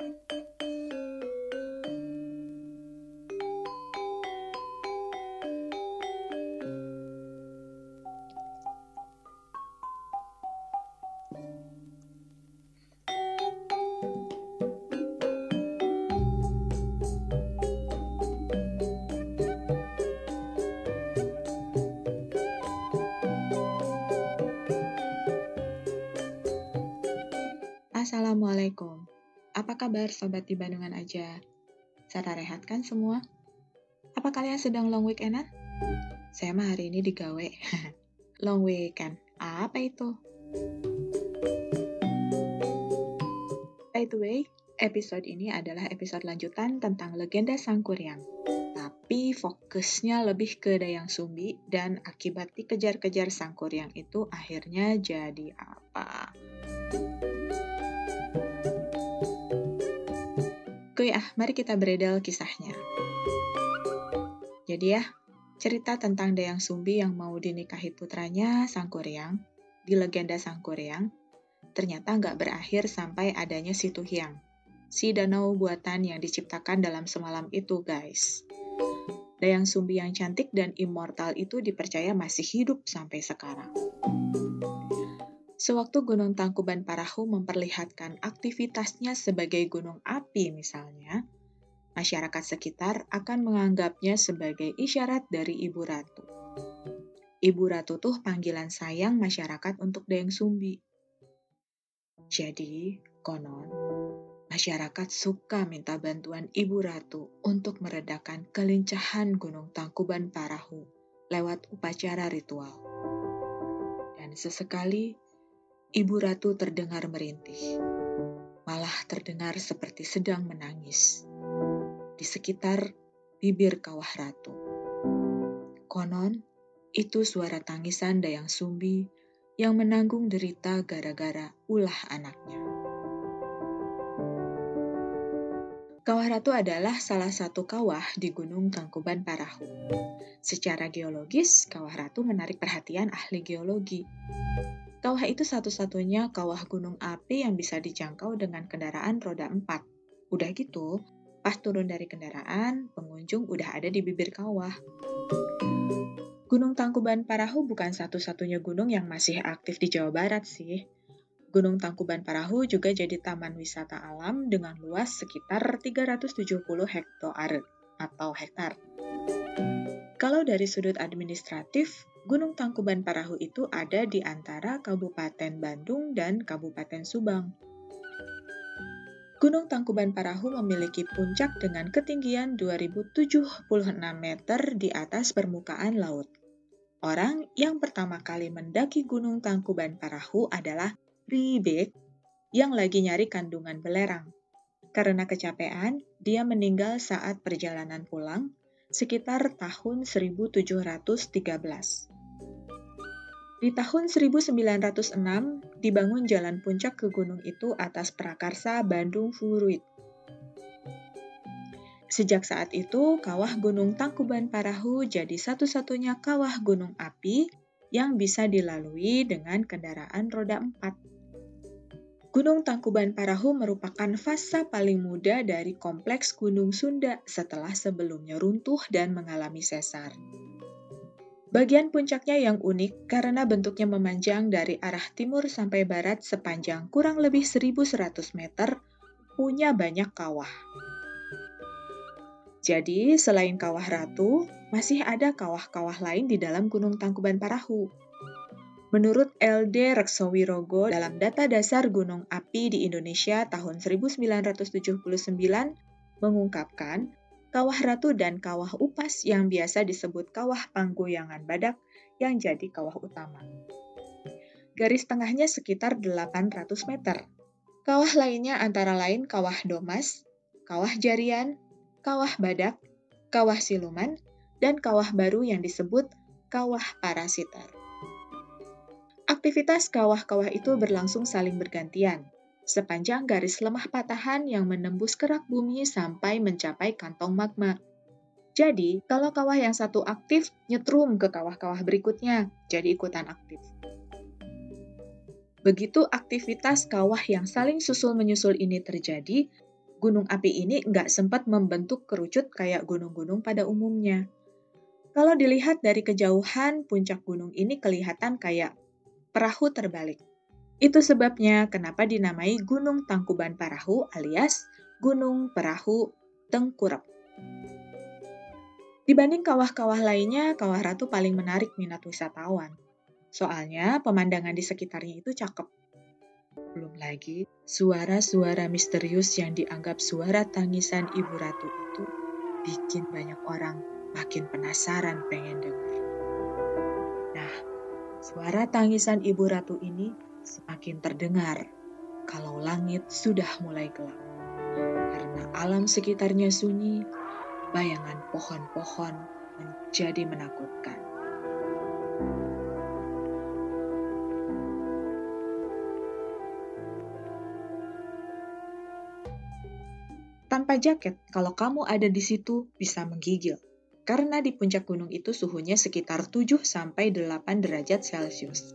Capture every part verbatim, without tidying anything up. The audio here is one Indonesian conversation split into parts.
Assalamualaikum. Apa kabar sobat di Bandungan aja? Sada rehat kan semua? Apa kalian sedang long weekendan? Saya mah hari ini digawe. Long weekend, apa itu? By the way, episode ini adalah episode lanjutan tentang legenda Sangkuriang. Tapi fokusnya lebih ke Dayang Sumbi dan akibat dikejar-kejar Sangkuriang itu akhirnya jadi apa? Oke ah, mari kita beredel kisahnya. Jadi ya, cerita tentang Dayang Sumbi yang mau dinikahi putranya Sangkuriang di legenda Sangkuriang ternyata nggak berakhir sampai adanya si Tuhiang, si danau buatan yang diciptakan dalam semalam itu guys. Dayang Sumbi yang cantik dan immortal itu dipercaya masih hidup sampai sekarang. Sewaktu Gunung Tangkuban Parahu memperlihatkan aktivitasnya sebagai gunung api misalnya, masyarakat sekitar akan menganggapnya sebagai isyarat dari Ibu Ratu. Ibu Ratu tuh panggilan sayang masyarakat untuk Dayang Sumbi. Jadi, konon, masyarakat suka minta bantuan Ibu Ratu untuk meredakan kelincahan Gunung Tangkuban Parahu lewat upacara ritual. Dan sesekali, Ibu Ratu terdengar merintih, malah terdengar seperti sedang menangis di sekitar bibir Kawah Ratu. Konon, itu suara tangisan Dayang Sumbi yang menanggung derita gara-gara ulah anaknya. Kawah Ratu adalah salah satu kawah di Gunung Tangkuban Parahu. Secara geologis, Kawah Ratu menarik perhatian ahli geologi. Kawah itu satu-satunya kawah gunung api yang bisa dijangkau dengan kendaraan roda empat. Udah gitu, pas turun dari kendaraan, pengunjung udah ada di bibir kawah. Gunung Tangkuban Parahu bukan satu-satunya gunung yang masih aktif di Jawa Barat sih. Gunung Tangkuban Parahu juga jadi taman wisata alam dengan luas sekitar tiga ratus tujuh puluh hektoare atau hektar. Kalau dari sudut administratif, Gunung Tangkuban Parahu itu ada di antara Kabupaten Bandung dan Kabupaten Subang. Gunung Tangkuban Parahu memiliki puncak dengan ketinggian dua ribu tujuh puluh enam meter di atas permukaan laut. Orang yang pertama kali mendaki Gunung Tangkuban Parahu adalah Ribek yang lagi nyari kandungan belerang. Karena kecapean, dia meninggal saat perjalanan pulang sekitar tahun seribu tujuh ratus tiga belas. Di tahun seribu sembilan ratus enam, dibangun jalan puncak ke gunung itu atas prakarsa Bandung Fluid. Sejak saat itu, kawah Gunung Tangkuban Parahu jadi satu-satunya kawah gunung api yang bisa dilalui dengan kendaraan roda empat. Gunung Tangkuban Parahu merupakan fasa paling muda dari kompleks Gunung Sunda setelah sebelumnya runtuh dan mengalami sesar. Bagian puncaknya yang unik karena bentuknya memanjang dari arah timur sampai barat sepanjang kurang lebih seribu seratus meter, punya banyak kawah. Jadi, selain Kawah Ratu, masih ada kawah-kawah lain di dalam Gunung Tangkuban Parahu. Menurut L D Reksowirogo dalam data dasar gunung api di Indonesia tahun seribu sembilan ratus tujuh puluh sembilan mengungkapkan Kawah Ratu dan Kawah Upas yang biasa disebut Kawah Panggoyangan Badak yang jadi kawah utama. Garis tengahnya sekitar delapan ratus meter. Kawah lainnya antara lain Kawah Domas, Kawah Jarian, Kawah Badak, Kawah Siluman, dan kawah baru yang disebut Kawah Parasiter. Aktivitas kawah-kawah itu berlangsung saling bergantian, sepanjang garis lemah patahan yang menembus kerak bumi sampai mencapai kantong magma. Jadi, kalau kawah yang satu aktif, nyetrum ke kawah-kawah berikutnya, jadi ikutan aktif. Begitu aktivitas kawah yang saling susul-menyusul ini terjadi, gunung api ini nggak sempat membentuk kerucut kayak gunung-gunung pada umumnya. Kalau dilihat dari kejauhan, puncak gunung ini kelihatan kayak perahu terbalik. Itu sebabnya kenapa dinamai Gunung Tangkuban Parahu alias Gunung Perahu Tengkurap. Dibanding kawah-kawah lainnya, Kawah Ratu paling menarik minat wisatawan. Soalnya pemandangan di sekitarnya itu cakep. Belum lagi, suara-suara misterius yang dianggap suara tangisan Ibu Ratu itu bikin banyak orang makin penasaran pengen dengar. Nah, suara tangisan Ibu Ratu ini semakin terdengar kalau langit sudah mulai gelap. Karena alam sekitarnya sunyi, bayangan pohon-pohon menjadi menakutkan. Tanpa jaket, kalau kamu ada di situ bisa menggigil. Karena di puncak gunung itu suhunya sekitar tujuh sampai delapan derajat Celcius.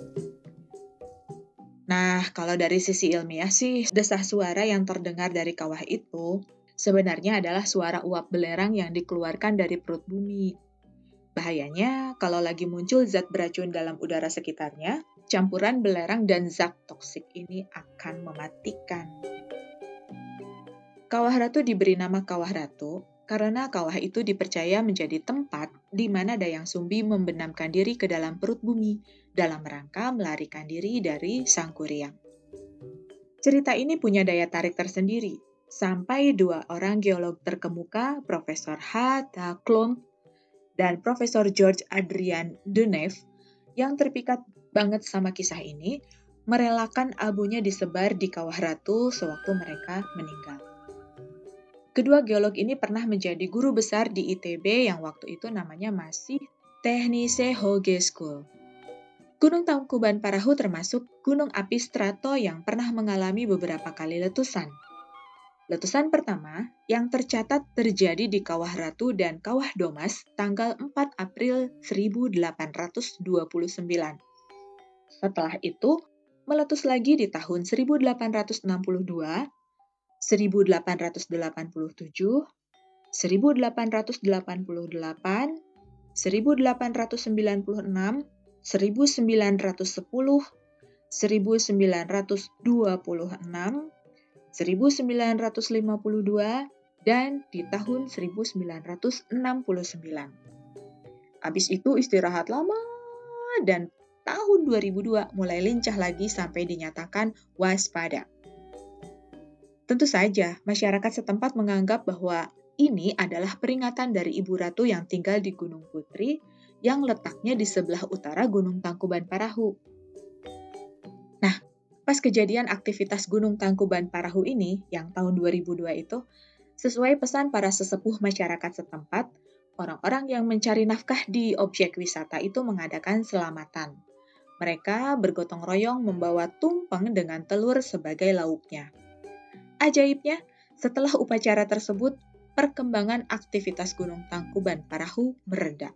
Nah, kalau dari sisi ilmiah sih, desah suara yang terdengar dari kawah itu sebenarnya adalah suara uap belerang yang dikeluarkan dari perut bumi. Bahayanya, kalau lagi muncul zat beracun dalam udara sekitarnya, campuran belerang dan zat toksik ini akan mematikan. Kawah Ratu diberi nama Kawah Ratu karena kawah itu dipercaya menjadi tempat di mana Dayang Sumbi membenamkan diri ke dalam perut bumi dalam rangka melarikan diri dari Sang Kuryang. Cerita ini punya daya tarik tersendiri, sampai dua orang geolog terkemuka, Profesor H. Klomp dan Profesor George Adrian Deneuve, yang terpikat banget sama kisah ini, merelakan abunya disebar di Kawah Ratu sewaktu mereka meninggal. Kedua geolog ini pernah menjadi guru besar di I T B yang waktu itu namanya masih Technische Hogeschool. Gunung Tangkuban Parahu termasuk gunung api strato yang pernah mengalami beberapa kali letusan. Letusan pertama yang tercatat terjadi di Kawah Ratu dan Kawah Domas tanggal empat April seribu delapan ratus dua puluh sembilan. Setelah itu, meletus lagi di tahun seribu delapan ratus enam puluh dua, seribu delapan ratus delapan puluh tujuh, seribu delapan ratus delapan puluh delapan, seribu delapan ratus sembilan puluh enam, seribu sembilan ratus sepuluh, seribu sembilan ratus dua puluh enam, seribu sembilan ratus lima puluh dua, dan di tahun seribu sembilan ratus enam puluh sembilan. Habis itu istirahat lama dan tahun dua ribu dua mulai lincah lagi sampai dinyatakan waspada. Tentu saja, masyarakat setempat menganggap bahwa ini adalah peringatan dari Ibu Ratu yang tinggal di Gunung Putri yang letaknya di sebelah utara Gunung Tangkuban Parahu. Nah, pas kejadian aktivitas Gunung Tangkuban Parahu ini, yang tahun dua ribu dua itu, sesuai pesan para sesepuh masyarakat setempat, orang-orang yang mencari nafkah di objek wisata itu mengadakan selamatan. Mereka bergotong royong membawa tumpeng dengan telur sebagai lauknya. Ajaibnya, setelah upacara tersebut, perkembangan aktivitas Gunung Tangkuban Parahu mereda.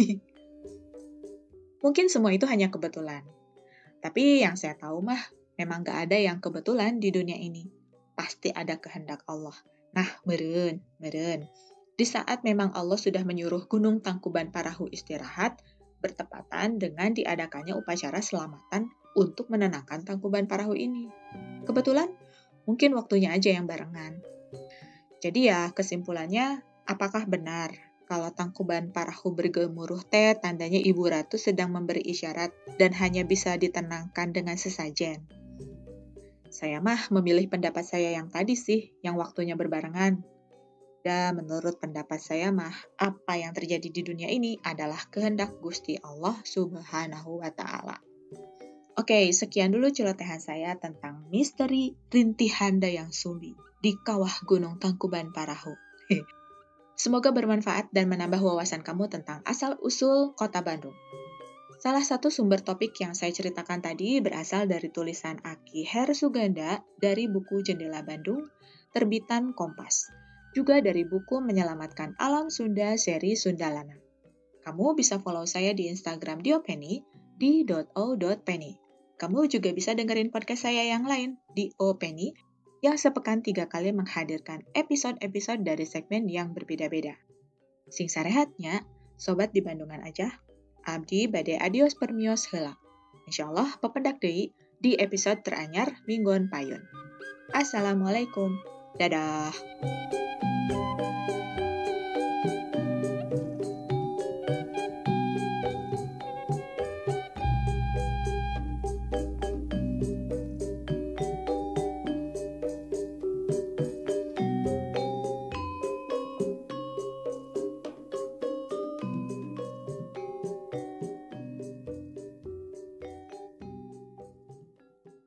Mungkin semua itu hanya kebetulan. Tapi yang saya tahu mah, memang gak ada yang kebetulan di dunia ini. Pasti ada kehendak Allah. Nah, meren, meren. Di saat memang Allah sudah menyuruh Gunung Tangkuban Parahu istirahat, bertepatan dengan diadakannya upacara selamatan untuk menenangkan Tangkuban Parahu ini. Kebetulan, mungkin waktunya aja yang barengan. Jadi ya, kesimpulannya, apakah benar kalau Tangkuban Parahu bergemuruh teh tandanya Ibu Ratu sedang memberi isyarat dan hanya bisa ditenangkan dengan sesajen? Saya mah memilih pendapat saya yang tadi sih, yang waktunya berbarengan. Dan menurut pendapat saya mah, apa yang terjadi di dunia ini adalah kehendak Gusti Allah Subhanahu wa Ta'ala. Oke, sekian dulu celotehan saya tentang misteri rintihan Dayang Sumbi di kawah Gunung Tangkuban Parahu. Semoga bermanfaat dan menambah wawasan kamu tentang asal-usul Kota Bandung. Salah satu sumber topik yang saya ceritakan tadi berasal dari tulisan Aki Hersuganda dari buku Jendela Bandung, terbitan Kompas. Juga dari buku Menyelamatkan Alam Sunda seri Sundalana. Kamu bisa follow saya di Instagram Diopeni di dot o dot penny. Kamu juga bisa dengerin podcast saya yang lain di Openi yang sepekan tiga kali menghadirkan episode-episode dari segmen yang berbeda-beda. Sing sarehatnya, sobat di Bandungan aja, abdi bade adios permios heula. Insyaallah pependak deui di episode teranyar mingguan payun. Assalamualaikum. Dadah.